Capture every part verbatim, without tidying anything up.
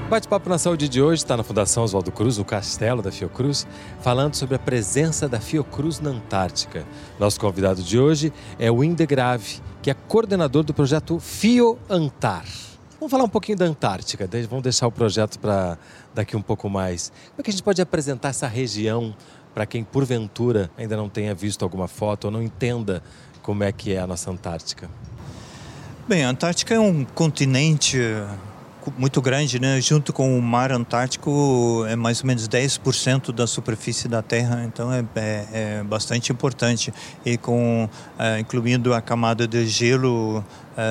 O Bate-Papo na Saúde de hoje está na Fundação Oswaldo Cruz, no Castelo da Fiocruz, falando sobre a presença da Fiocruz na Antártica. Nosso convidado de hoje é o Indegrave, que é coordenador do projeto FioAntar. Vamos falar um pouquinho da Antártica, vamos deixar o projeto para daqui um pouco mais. Como é que a gente pode apresentar essa região para quem, porventura, ainda não tenha visto alguma foto ou não entenda como é que é a nossa Antártica? Bem, a Antártica é um continente muito grande, né? Junto com o mar Antártico é mais ou menos dez por cento da superfície da Terra, então é, é, é bastante importante. E com, é, incluindo a camada de gelo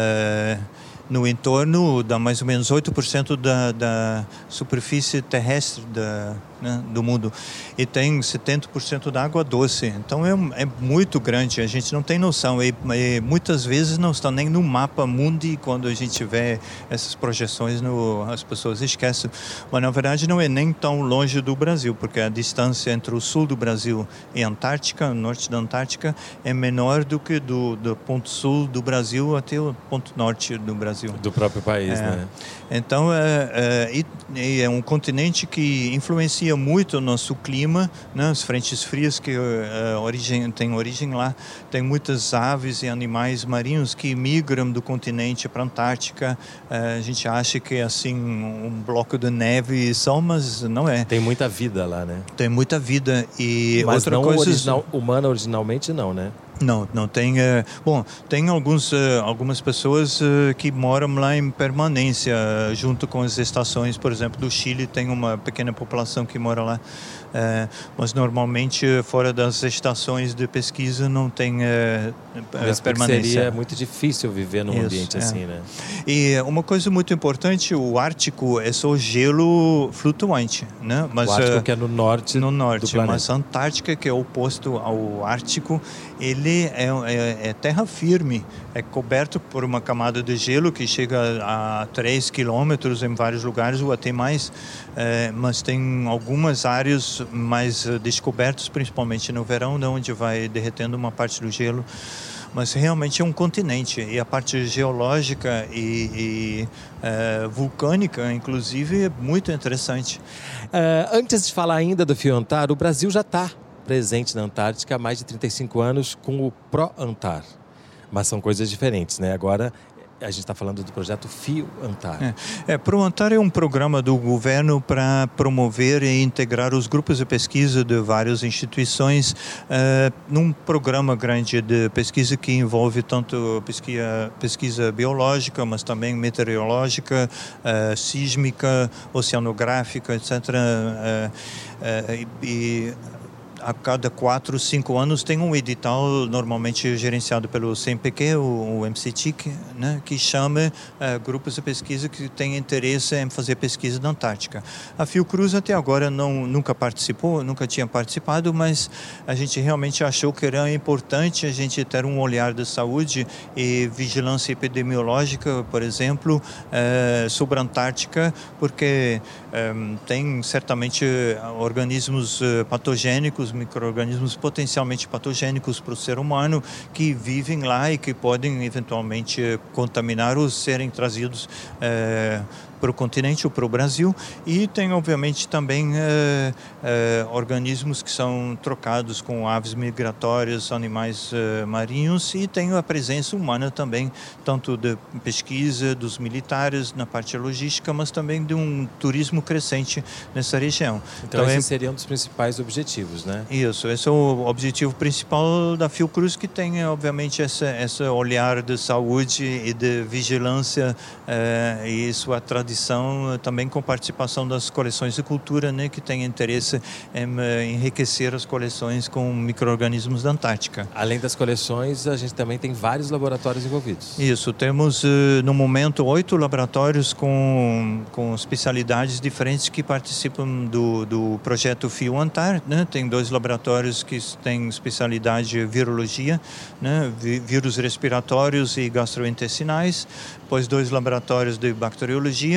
é, no entorno, dá mais ou menos oito por cento da, da superfície terrestre da, né, do mundo. E tem setenta por cento da água doce. Então é, é muito grande, a gente não tem noção. E, e muitas vezes não está nem no mapa mundi quando a gente vê essas projeções, no, as pessoas esquecem. Mas na verdade não é nem tão longe do Brasil, porque a distância entre o sul do Brasil e a Antártica, o norte da Antártica, é menor do que do, do ponto sul do Brasil até o ponto norte do Brasil. Do próprio país, é. né? Então, é, é, é um continente que influencia muito o nosso clima, né? As frentes frias que é, origem, têm origem lá. Tem muitas aves e animais marinhos que migram do continente para a Antártica. É, a gente acha que é assim um bloco de neve só, mas não é. Tem muita vida lá, né? Tem muita vida. E mas outra não coisa... original, humana originalmente não, né? Não, não tem. É, bom, tem alguns, é, algumas pessoas é, que moram lá em permanência, junto com as estações, por exemplo, do Chile, tem uma pequena população que mora lá. É, mas normalmente fora das estações de pesquisa não tem é, Mas permanência. Seria muito difícil viver num Isso, ambiente é. assim, né? E uma coisa muito importante, o Ártico é só gelo flutuante, né? Mas, o Ártico que é no norte, no norte, do planeta. Mas a Antártica, que é oposto ao Ártico, ele é, é, é terra firme, é coberto por uma camada de gelo que chega a três quilômetros em vários lugares ou até mais, é, mas tem algumas áreas mais descobertas, principalmente no verão, onde vai derretendo uma parte do gelo. Mas realmente é um continente, e a parte geológica e, e é, vulcânica, inclusive, é muito interessante. Uh, antes de falar ainda do FioAntar, o Brasil já está presente na Antártica há mais de trinta e cinco anos com o ProAntar. Mas são coisas diferentes, né? Agora a gente está falando do projeto FioAntar. É, é, ProAntar é um programa do governo para promover e integrar os grupos de pesquisa de várias instituições uh, num programa grande de pesquisa que envolve tanto pesquisa, pesquisa biológica, mas também meteorológica, uh, sísmica, oceanográfica, etcétera. Uh, uh, e, a cada quatro, cinco anos tem um edital normalmente gerenciado pelo C M P Q, o, o M C T I C, né, que chama uh, grupos de pesquisa que têm interesse em fazer pesquisa na Antártica. A Fiocruz até agora não, nunca participou, nunca tinha participado, mas a gente realmente achou que era importante a gente ter um olhar de saúde e vigilância epidemiológica, por exemplo, uh, sobre a Antártica, porque um, tem certamente organismos uh, patogênicos, micro-organismos potencialmente patogênicos para o ser humano que vivem lá e que podem eventualmente contaminar ou serem trazidos eh, para o continente ou para o Brasil. E tem obviamente também eh, eh, organismos que são trocados com aves migratórias, animais eh, marinhos, e tem a presença humana também, tanto de pesquisa dos militares na parte logística, mas também de um turismo crescente nessa região. Então, então esse é... seria um dos principais objetivos, né? Isso, esse é o objetivo principal da Fiocruz, que tem obviamente esse, esse olhar de saúde e de vigilância eh, e sua tradição também com participação das coleções de cultura, né, que tem interesse em uh, enriquecer as coleções com micro-organismos da Antártica. Além das coleções, a gente também tem vários laboratórios envolvidos. Isso, temos uh, no momento oito laboratórios com, com especialidades diferentes que participam do, do projeto FioAntar, né? Tem dois laboratórios que têm especialidade virologia, né, vírus respiratórios e gastrointestinais, depois dois laboratórios de bacteriologia,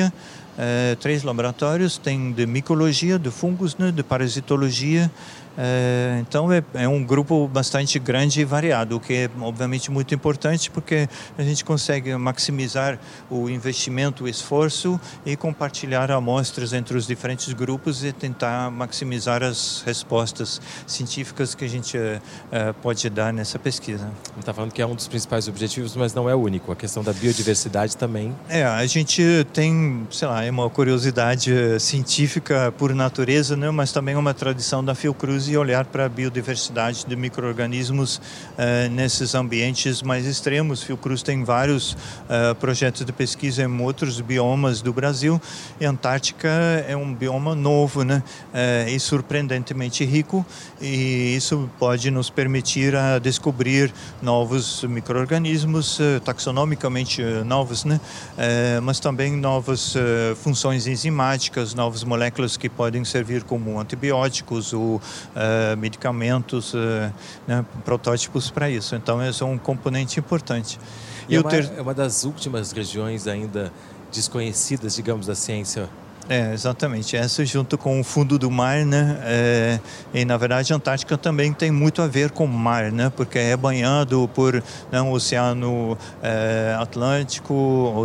é, três laboratórios, tem de micologia, de fungos, né, de parasitologia. É, então é, é um grupo bastante grande e variado, o que é obviamente muito importante porque a gente consegue maximizar o investimento, o esforço e compartilhar amostras entre os diferentes grupos e tentar maximizar as respostas científicas que a gente é, pode dar nessa pesquisa. Você está falando que é um dos principais objetivos, mas não é o único. A questão da biodiversidade também. É, a gente tem, sei lá, uma curiosidade científica por natureza, né, mas também uma tradição da Fiocruz e olhar para a biodiversidade de micro-organismos uh, nesses ambientes mais extremos. Fiocruz tem vários uh, projetos de pesquisa em outros biomas do Brasil e a Antártica é um bioma novo, né, uh, e surpreendentemente rico, e isso pode nos permitir uh, descobrir novos micro-organismos, uh, taxonomicamente uh, novos, né, uh, mas também novas uh, funções enzimáticas, novas moléculas que podem servir como antibióticos ou Uh, medicamentos, uh, né, protótipos para isso. Então, esse é um componente importante. E, e é, uma, ter... é uma das últimas regiões ainda desconhecidas, digamos, da ciência. É, exatamente. Essa junto com o fundo do mar, né? É, e na verdade a Antártica também tem muito a ver com o mar, né? Porque é banhado por, né, um oceano é, Atlântico,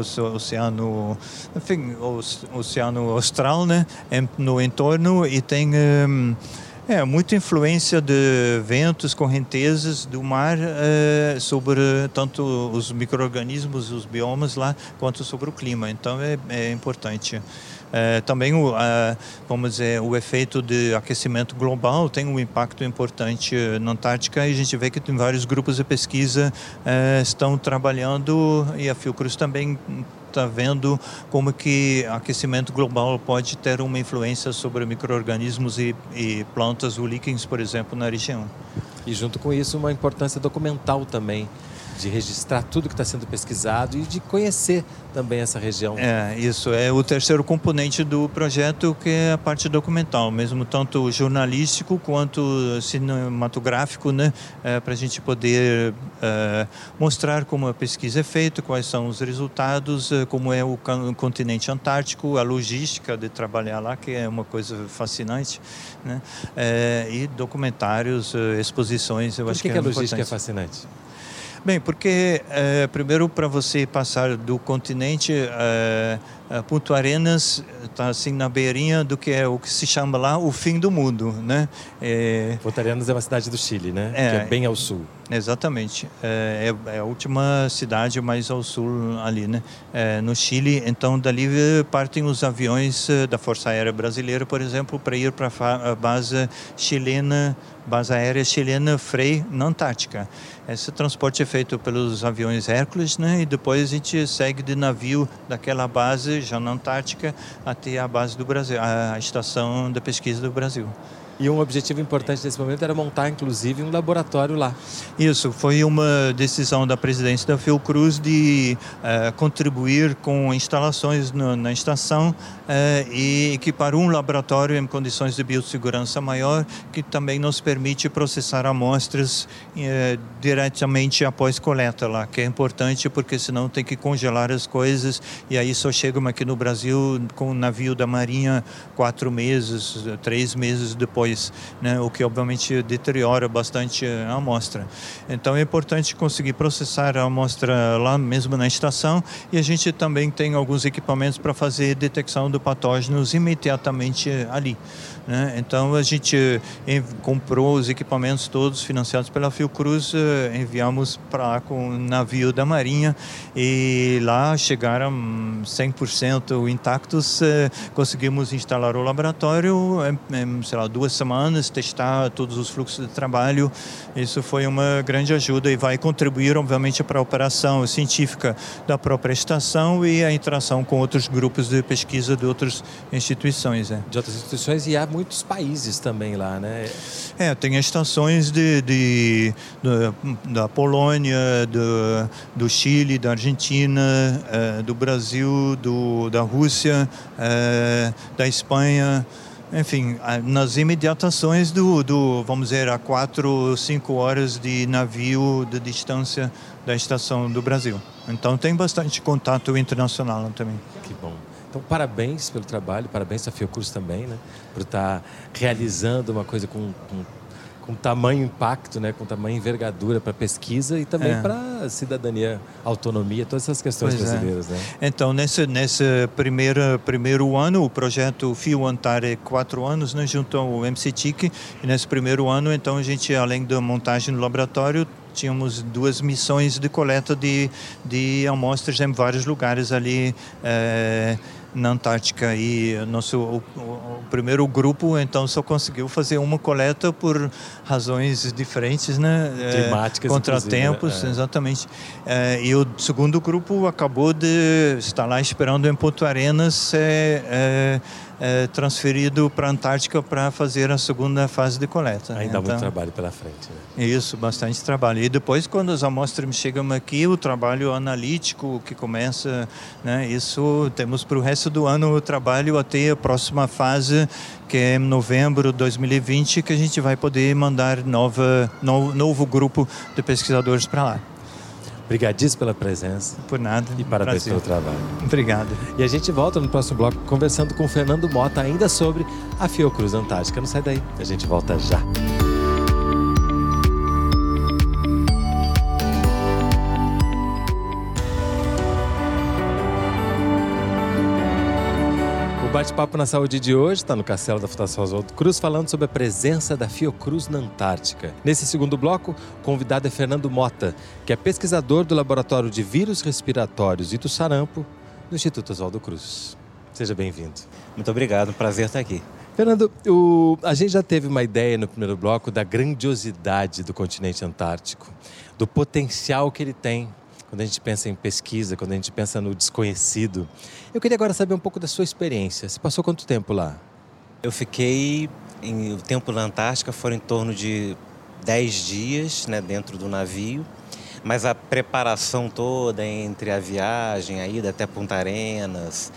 oceano, enfim, oceano austral, né? No entorno e tem um, É, muita influência de ventos, correntezas do mar é, sobre tanto os micro-organismos, os biomas lá, quanto sobre o clima. Então é, é importante. É, também o, a, vamos dizer, o efeito de aquecimento global tem um impacto importante na Antártica e a gente vê que tem vários grupos de pesquisa é, estão trabalhando e a Fiocruz também está vendo como que aquecimento global pode ter uma influência sobre micro-organismos e, e plantas, o líquens, por exemplo, na região. E junto com isso uma importância documental também, de registrar tudo que está sendo pesquisado e de conhecer também essa região. É, isso é o terceiro componente do projeto, que é a parte documental, mesmo tanto jornalístico quanto cinematográfico, né, é, para a gente poder é, mostrar como a pesquisa é feita, quais são os resultados, como é o continente antártico, a logística de trabalhar lá, que é uma coisa fascinante, né, é, e documentários, exposições, eu Por acho que que, que é a logística importante. é fascinante? Bem, porque é, primeiro para você passar do continente, é, a Punta Arenas está assim na beirinha do que é o que se chama lá o fim do mundo, né? É, Punta Arenas é uma cidade do Chile, né? É, que é bem ao sul. Exatamente, é, é a última cidade mais ao sul ali, né? É, no Chile. Então dali partem os aviões da Força Aérea Brasileira, por exemplo, para ir para a base chilena, base aérea chilena Frei, na Antártica. Esse transporte é feito pelos aviões Hércules, né? E depois a gente segue de navio daquela base já na Antártica até a base do Brasil, a estação da pesquisa do Brasil. E um objetivo importante nesse momento era montar, inclusive, um laboratório lá. Isso, foi uma decisão da presidência da Fiocruz de uh, contribuir com instalações no, na estação uh, e equipar um laboratório em condições de biossegurança maior, que também nos permite processar amostras uh, diretamente após coleta lá, que é importante porque senão tem que congelar as coisas e aí só chegam aqui no Brasil com o navio da Marinha quatro meses, três meses depois. Né, o que obviamente deteriora bastante a amostra. Então é importante conseguir processar a amostra lá mesmo na estação e a gente também tem alguns equipamentos para fazer detecção de patógenos imediatamente ali. Né? Então a gente comprou os equipamentos todos financiados pela Fiocruz, enviamos para lá com o navio da Marinha e lá chegaram cem por cento intactos, conseguimos instalar o laboratório em, sei lá, duas semanas, testar todos os fluxos de trabalho. Isso foi uma grande ajuda e vai contribuir, obviamente, para a operação científica da própria estação e a interação com outros grupos de pesquisa de outras instituições. É. De outras instituições e há muitos países também lá, né? É, tem estações de, de, de, da Polônia, do, do Chile, da Argentina, é, do Brasil, do, da Rússia, é, da Espanha. Enfim, nas imediatações do, do, vamos dizer, a quatro, cinco horas de navio de distância da estação do Brasil. Então tem bastante contato internacional também. Que bom. Então, parabéns pelo trabalho, parabéns à Fiocruz também, né? Por estar realizando uma coisa com, com, com tamanho impacto, né? Com tamanho envergadura para pesquisa e também É. para cidadania, autonomia, todas essas questões Pois brasileiras, é. né? Então, nesse, nesse primeiro, primeiro ano, o projeto FioAntar é quatro anos, né, junto ao M C T I C, e nesse primeiro ano, então, a gente, além da montagem do laboratório, tínhamos duas missões de coleta de, de amostras em vários lugares ali é, na Antártica. E nosso, o, o primeiro grupo, então, só conseguiu fazer uma coleta por razões diferentes, né? Climáticas, é, contratempos, né? É. Exatamente. É, e o segundo grupo acabou de estar lá esperando em Punta Arenas é, é, é, transferido para a Antártica para fazer a segunda fase de coleta. Ainda então, há muito trabalho pela frente, né? Isso, bastante trabalho. E depois, quando as amostras chegam aqui, o trabalho analítico que começa, né, isso temos para o resto do ano o trabalho até a próxima fase, que é em novembro de dois mil e vinte, que a gente vai poder mandar nova, no, novo grupo de pesquisadores para lá. Obrigadíssimo pela presença. Por nada. E parabéns Prazer. pelo trabalho. Obrigado. E a gente volta no próximo bloco conversando com o Fernando Mota ainda sobre a Fiocruz Antártica. Não sai daí, a gente volta já. O bate-papo na saúde de hoje está no Castelo da Fundação Oswaldo Cruz, falando sobre a presença da Fiocruz na Antártica. Nesse segundo bloco, o convidado é Fernando Mota, que é pesquisador do Laboratório de Vírus Respiratórios e do Sarampo, do Instituto Oswaldo Cruz. Seja bem-vindo. Muito obrigado, um prazer estar aqui. Fernando, o... a gente já teve uma ideia no primeiro bloco da grandiosidade do continente antártico, do potencial que ele tem quando a gente pensa em pesquisa, quando a gente pensa no desconhecido. Eu queria agora saber um pouco da sua experiência. Você passou quanto tempo lá? Eu fiquei, em, o tempo na Antártica foram em torno de dez dias, né, dentro do navio, mas a preparação toda entre a viagem, a ida até Punta Arenas,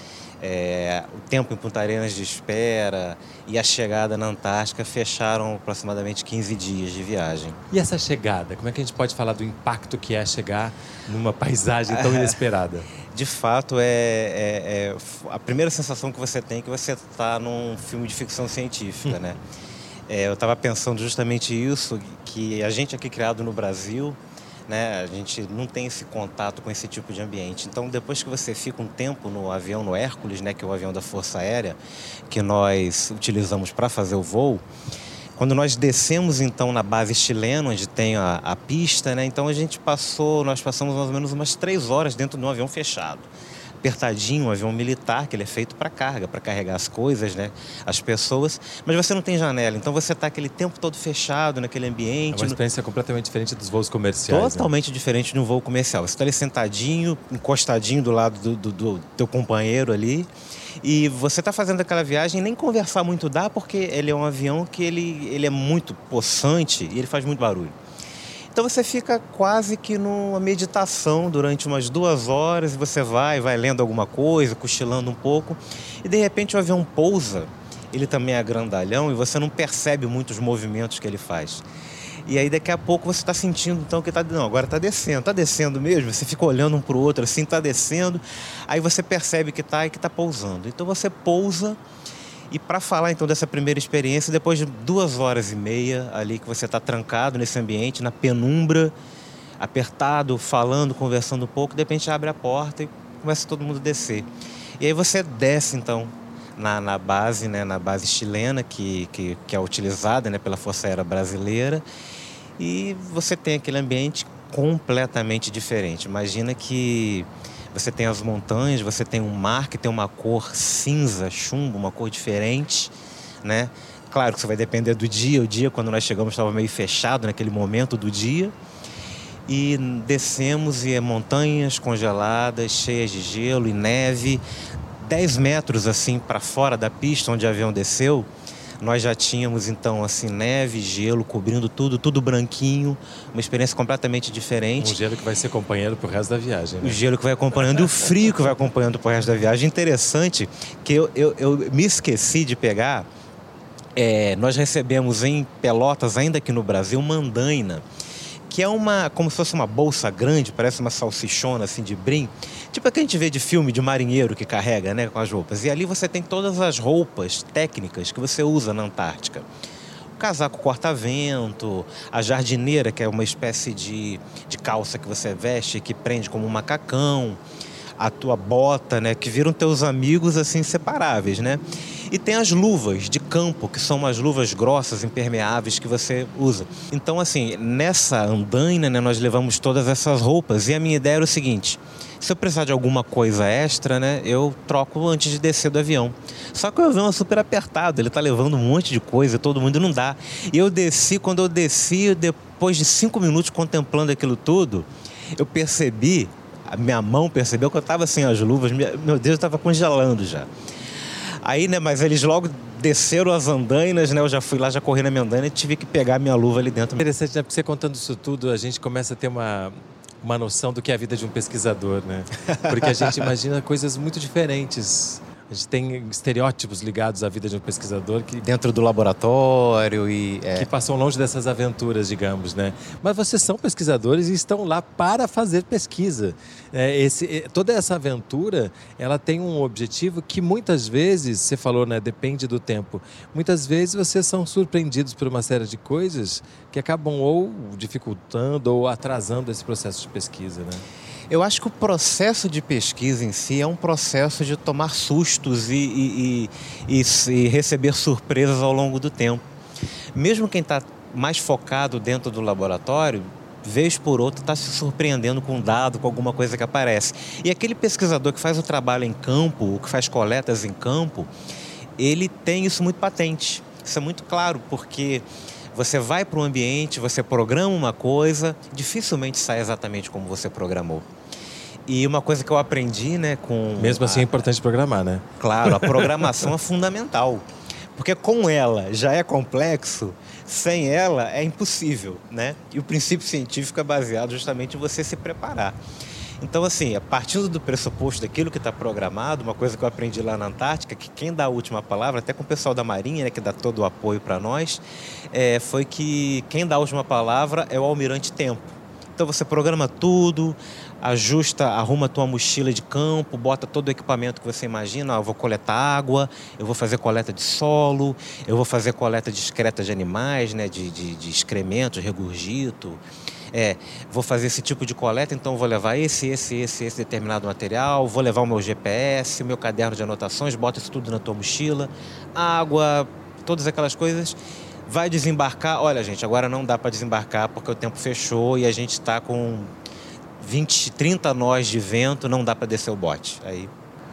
é, o tempo em Punta Arenas de espera e a chegada na Antártica fecharam aproximadamente quinze dias de viagem. E essa chegada? Como é que a gente pode falar do impacto que é chegar numa paisagem tão inesperada? De fato, é, é, é a primeira sensação que você tem é que você está num filme de ficção científica, né? É, eu estava pensando justamente isso, que a gente aqui criado no Brasil, né, a gente não tem esse contato com esse tipo de ambiente. Então, depois que você fica um tempo no avião, no Hércules, né, que é o avião da Força Aérea, que nós utilizamos para fazer o voo, quando nós descemos, então, na base chilena, onde tem a, a pista, né, então a gente passou, nós passamos mais ou menos umas três horas dentro de um avião fechado. Apertadinho, um avião militar, que ele é feito para carga, para carregar as coisas, né, as pessoas, mas você não tem janela, então você está aquele tempo todo fechado naquele ambiente. É uma experiência completamente diferente dos voos comerciais. Totalmente né? diferente de um voo comercial. Você está ali sentadinho, encostadinho do lado do, do, do teu companheiro ali, e você está fazendo aquela viagem, nem conversar muito dá, porque ele é um avião que ele, ele é muito possante e ele faz muito barulho. Então você fica quase que numa meditação durante umas duas horas, e você vai, vai lendo alguma coisa, cochilando um pouco, e de repente o avião pousa, ele também é grandalhão, e você não percebe muito os movimentos que ele faz. E aí daqui a pouco você está sentindo então que está, não, agora está descendo, está descendo mesmo, você fica olhando um para o outro assim, está descendo, aí você percebe que está e que está pousando. Então você pousa. E para falar então dessa primeira experiência, depois de duas horas e meia ali que você está trancado nesse ambiente, na penumbra, apertado, falando, conversando um pouco, de repente abre a porta e começa todo mundo a descer. E aí você desce então na, na base, né, na base chilena, que, que, que é utilizada, né, pela Força Aérea Brasileira, e você tem aquele ambiente completamente diferente. Imagina que você tem as montanhas, você tem um mar que tem uma cor cinza, chumbo, uma cor diferente, né? Claro que isso vai depender do dia. O dia, quando nós chegamos, estava meio fechado naquele momento do dia. E descemos e montanhas congeladas, cheias de gelo e neve. Dez metros assim para fora da pista onde o avião desceu, nós já tínhamos então assim neve, gelo cobrindo tudo, tudo branquinho, uma experiência completamente diferente. Um gelo que vai ser companheiro pro resto da viagem, né? O gelo que vai acompanhando e o frio que vai acompanhando pro resto da viagem. Interessante que eu, eu, eu me esqueci de pegar, é, nós recebemos em Pelotas, ainda aqui no Brasil, uma andaina, que que é uma, como se fosse uma bolsa grande, parece uma salsichona assim de brim, tipo a que a gente vê de filme de marinheiro que carrega, né, com as roupas. E ali você tem todas as roupas técnicas que você usa na Antártica. O casaco corta-vento, a jardineira, que é uma espécie de, de calça que você veste que prende como um macacão, a tua bota, né, que viram teus amigos assim inseparáveis, né? E tem as luvas de campo, que são umas luvas grossas, impermeáveis, que você usa. Então, assim, nessa andaina, né, nós levamos todas essas roupas. E a minha ideia era o seguinte: se eu precisar de alguma coisa extra, né, eu troco antes de descer do avião. Só que o avião é super apertado, ele tá levando um monte de coisa, todo mundo não dá. E eu desci, quando eu desci, depois de cinco minutos contemplando aquilo tudo, eu percebi, a minha mão percebeu que eu estava sem as luvas, meu Deus, eu estava congelando já. Aí, né, mas eles logo desceram as andainas, né, eu já fui lá, já corri na minha andaina e tive que pegar a minha luva ali dentro. Interessante, né, porque você contando isso tudo, a gente começa a ter uma, uma noção do que é a vida de um pesquisador, né? Porque a gente imagina coisas muito diferentes. A gente tem estereótipos ligados à vida de um pesquisador que... Dentro do laboratório e... É. Que passam longe dessas aventuras, digamos, né? Mas vocês são pesquisadores e estão lá para fazer pesquisa. É, esse, toda essa aventura, ela tem um objetivo que muitas vezes, você falou, né? Depende do tempo. Muitas vezes vocês são surpreendidos por uma série de coisas que acabam ou dificultando ou atrasando esse processo de pesquisa, né? Eu acho que o processo de pesquisa em si é um processo de tomar sustos e, e, e, e receber surpresas ao longo do tempo. Mesmo quem está mais focado dentro do laboratório, vez por outra está se surpreendendo com um dado, com alguma coisa que aparece. E aquele pesquisador que faz o trabalho em campo, que faz coletas em campo, ele tem isso muito patente. Isso é muito claro, porque você vai para um ambiente, você programa uma coisa, dificilmente sai exatamente como você programou. E uma coisa que eu aprendi, né, com... Mesmo assim a... é importante programar, né? Claro, a programação é fundamental. Porque com ela já é complexo, sem ela é impossível, né? E o princípio científico é baseado justamente em você se preparar. Então, assim, a partir do pressuposto daquilo que está programado, uma coisa que eu aprendi lá na Antártica, que quem dá a última palavra, até com o pessoal da Marinha, né, que dá todo o apoio para nós, é, foi que quem dá a última palavra é o almirante tempo. Então você programa tudo, ajusta, arruma a tua mochila de campo, bota todo o equipamento que você imagina. Ah, eu vou coletar água, eu vou fazer coleta de solo, eu vou fazer coleta discreta de animais, né, de, de, de excrementos, regurgito. É, vou fazer esse tipo de coleta, então vou levar esse, esse, esse, esse determinado material, vou levar o meu G P S, o meu caderno de anotações, bota isso tudo na tua mochila, água, todas aquelas coisas. Vai desembarcar, olha gente, agora não dá para desembarcar porque o tempo fechou e a gente está com vinte, trinta nós de vento, não dá para descer o bote. Aí...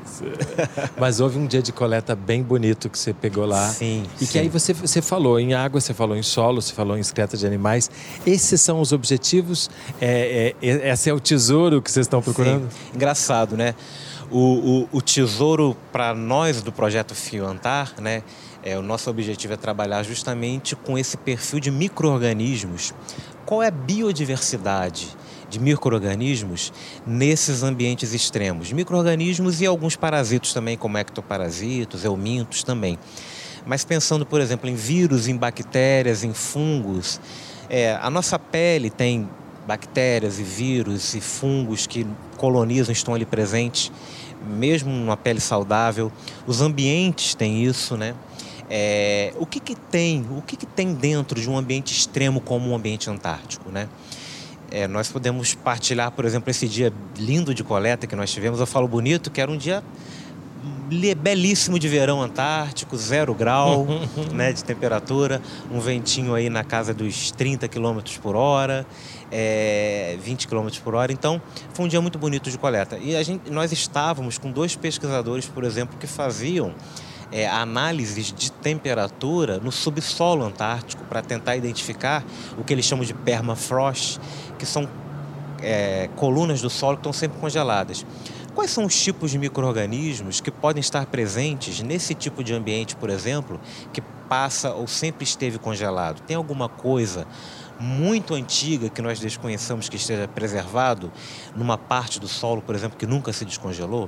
Mas houve um dia de coleta bem bonito que você pegou lá. Sim, E sim. que aí você, você falou em água, você falou em solo, você falou em excreta de animais. Esses são os objetivos? É, é, esse é o tesouro que vocês estão procurando? Sim. Engraçado, né? O, o, o tesouro para nós do Projeto FioAntar, né? É, o nosso objetivo é trabalhar justamente com esse perfil de micro-organismos. Qual é a biodiversidade de micro-organismos nesses ambientes extremos? Micro-organismos e alguns parasitos também, como ectoparasitos, eumintos também. Mas pensando, por exemplo, em vírus, em bactérias, em fungos, é, a nossa pele tem bactérias e vírus e fungos que colonizam, estão ali presentes, mesmo numa pele saudável. Os ambientes têm isso, né? É, o que que tem, o que que tem dentro de um ambiente extremo como um ambiente antártico, né? É, nós podemos partilhar, por exemplo, esse dia lindo de coleta que nós tivemos. Eu falo bonito, que era um dia belíssimo de verão antártico, zero grau, né, de temperatura, um ventinho aí na casa dos trinta quilômetros por hora, é, vinte quilômetros por hora. Então, foi um dia muito bonito de coleta. E a gente, nós estávamos com dois pesquisadores, por exemplo, que faziam É, análises de temperatura no subsolo antártico para tentar identificar o que eles chamam de permafrost, que são é, colunas do solo que estão sempre congeladas. Quais são os tipos de micro-organismos que podem estar presentes nesse tipo de ambiente, por exemplo, que passa ou sempre esteve congelado? Tem alguma coisa muito antiga que nós desconheçamos que esteja preservado numa parte do solo, por exemplo, que nunca se descongelou?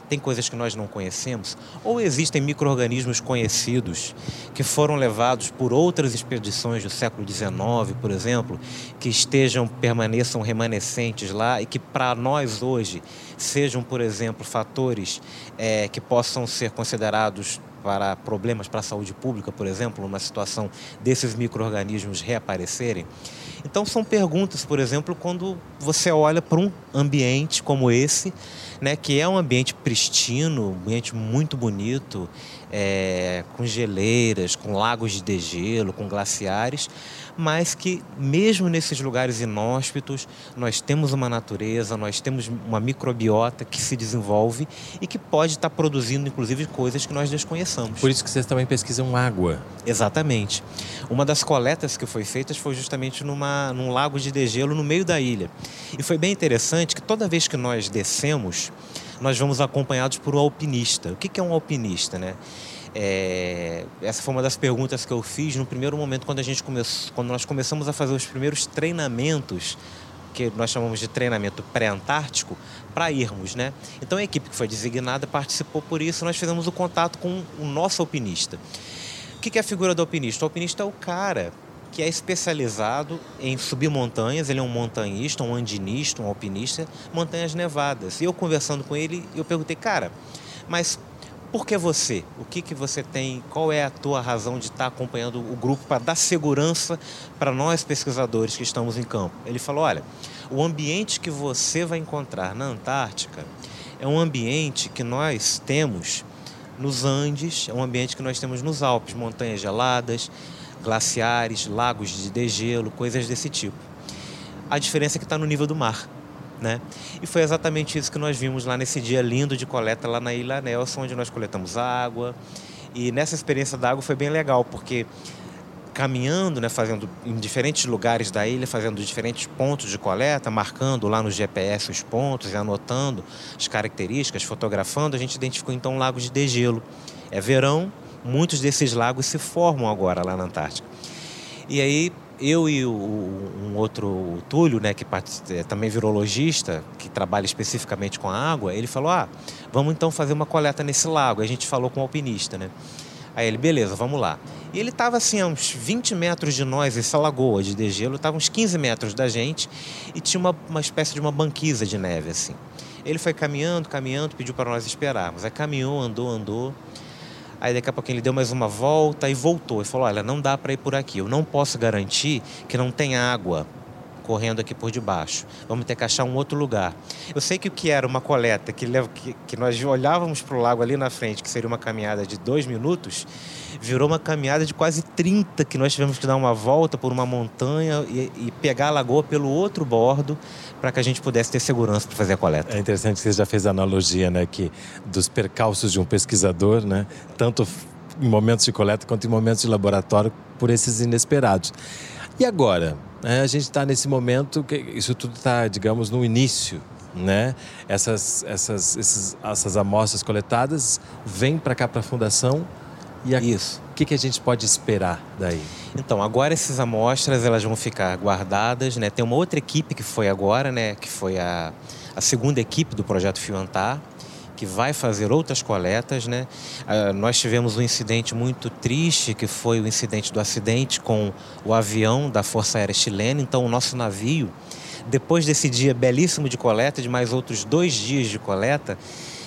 tem coisas que nós não conhecemos, ou existem micro-organismos conhecidos que foram levados por outras expedições do século dezenove, por exemplo, que estejam, permaneçam remanescentes lá e que para nós hoje sejam, por exemplo, fatores é, que possam ser considerados para problemas para a saúde pública, por exemplo, numa situação desses micro-organismos reaparecerem. Então são perguntas, por exemplo, quando você olha para um ambiente como esse, né, que é um ambiente pristino, um ambiente muito bonito, é, com geleiras, com lagos de degelo, com glaciares, mas que mesmo nesses lugares inóspitos nós temos uma natureza, nós temos uma microbiota que se desenvolve e que pode estar produzindo inclusive coisas que nós desconheçamos. Por isso que vocês também pesquisam água. Exatamente. Uma das coletas que foi feita foi justamente numa, num lago de degelo no meio da ilha. E foi bem interessante que toda vez que nós descemos, nós vamos acompanhados por um alpinista. O que é um alpinista, né? É, essa foi uma das perguntas que eu fiz no primeiro momento quando, a gente come, quando nós começamos a fazer os primeiros treinamentos, que nós chamamos de treinamento pré-antártico, para irmos, né? Então a equipe que foi designada participou por isso, nós fizemos o contato com o nosso alpinista. O que é a figura do alpinista? O alpinista é o cara que é especializado em subir montanhas, ele é um montanhista, um andinista, um alpinista, montanhas nevadas. E eu conversando com ele, eu perguntei, cara, mas por que você? O que, que você tem? Qual é a tua razão de estar acompanhando o grupo para dar segurança para nós pesquisadores que estamos em campo? Ele falou, olha, o ambiente que você vai encontrar na Antártica é um ambiente que nós temos nos Andes, é um ambiente que nós temos nos Alpes, montanhas geladas, glaciares, lagos de degelo, coisas desse tipo. A diferença é que está no nível do mar, né? E foi exatamente isso que nós vimos lá nesse dia lindo de coleta lá na Ilha Nelson, onde nós coletamos água. E nessa experiência da água foi bem legal, porque caminhando, né, fazendo em diferentes lugares da ilha, fazendo diferentes pontos de coleta, marcando lá no G P S os pontos e anotando as características, fotografando, a gente identificou então um lago de degelo. É verão, muitos desses lagos se formam agora lá na Antártica. E aí eu e o, um outro, o Túlio, né, que é também virologista, que trabalha especificamente com a água, ele falou, ah, vamos então fazer uma coleta nesse lago. Aí a gente falou com o alpinista, né? Aí ele, beleza, vamos lá. E ele estava assim a uns vinte metros de nós, essa lagoa de degelo, estava uns quinze metros da gente e tinha uma, uma espécie de uma banquisa de neve, assim. Ele foi caminhando, caminhando, pediu para nós esperarmos. Aí caminhou, andou, andou. Aí daqui a pouco ele deu mais uma volta e voltou. E falou, olha, não dá para ir por aqui. Eu não posso garantir que não tem água correndo aqui por debaixo. Vamos ter que achar um outro lugar. Eu sei que o que era uma coleta, que, que, que nós olhávamos para o lago ali na frente, que seria uma caminhada de dois minutos, virou uma caminhada de quase trinta, que nós tivemos que dar uma volta por uma montanha e, e pegar a lagoa pelo outro bordo para que a gente pudesse ter segurança para fazer a coleta. É interessante que você já fez a analogia, né, que dos percalços de um pesquisador, né, tanto em momentos de coleta quanto em momentos de laboratório, por esses inesperados. E agora? A gente está nesse momento, que isso tudo está, digamos, no início, né? Essas, essas, esses, essas amostras coletadas vêm para cá, para a Fundação. E a, isso. O que, que a gente pode esperar daí? Então, agora essas amostras elas vão ficar guardadas, né? Tem uma outra equipe que foi agora, né? Que foi a, a segunda equipe do Projeto Fio-Antar, que vai fazer outras coletas, né? Uh, nós tivemos um incidente muito triste, que foi o incidente do acidente com o avião da Força Aérea Chilena. Então, o nosso navio, depois desse dia belíssimo de coleta, de mais outros dois dias de coleta,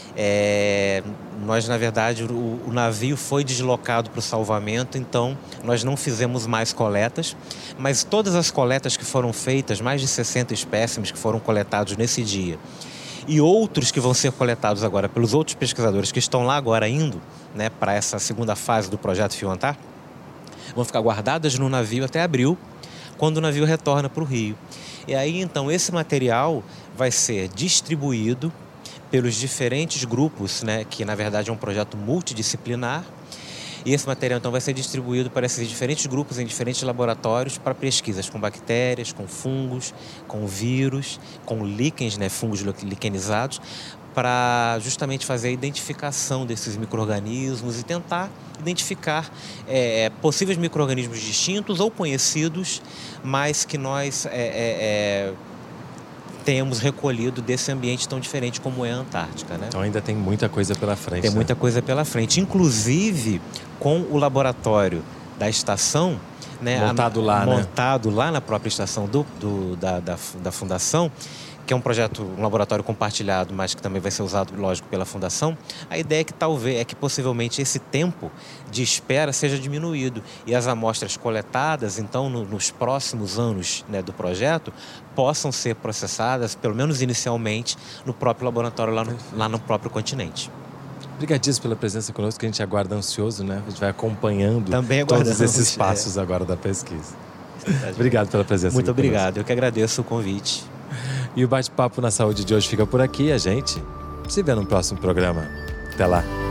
é, nós, na verdade, o, o navio foi deslocado para o salvamento, então nós não fizemos mais coletas, mas todas as coletas que foram feitas, mais de sessenta espécimes que foram coletados nesse dia, e outros que vão ser coletados agora pelos outros pesquisadores que estão lá agora indo, né, para essa segunda fase do Projeto Fio-Antar, vão ficar guardadas no navio até abril, quando o navio retorna para o Rio. E aí, então, esse material vai ser distribuído pelos diferentes grupos, né, que na verdade é um projeto multidisciplinar. E esse material, então, vai ser distribuído para esses diferentes grupos em diferentes laboratórios para pesquisas com bactérias, com fungos, com vírus, com líquens, né, fungos liquenizados, para justamente fazer a identificação desses micro-organismos e tentar identificar é, possíveis micro-organismos distintos ou conhecidos, mas que nós é, é, tenhamos recolhido desse ambiente tão diferente como é a Antártica, né? Então ainda tem muita coisa pela frente. Tem né? muita coisa pela frente, inclusive com o laboratório da estação, né, montado lá, montado né? lá na própria estação do, do, da, da, da Fundação, que é um projeto, um laboratório compartilhado, mas que também vai ser usado, lógico, pela Fundação. A ideia é que talvez, é que possivelmente esse tempo de espera seja diminuído e as amostras coletadas, então, no, nos próximos anos, né, do projeto, possam ser processadas, pelo menos inicialmente, no próprio laboratório lá no, lá no próprio continente. Obrigadíssimo pela presença conosco, que a gente aguarda ansioso, né? A gente vai acompanhando Também todos esses passos é. agora da pesquisa. Obrigado pela presença. Muito obrigado, conosco. Eu que agradeço o convite. E o bate-papo na saúde de hoje fica por aqui. A gente se vê no próximo programa. Até lá.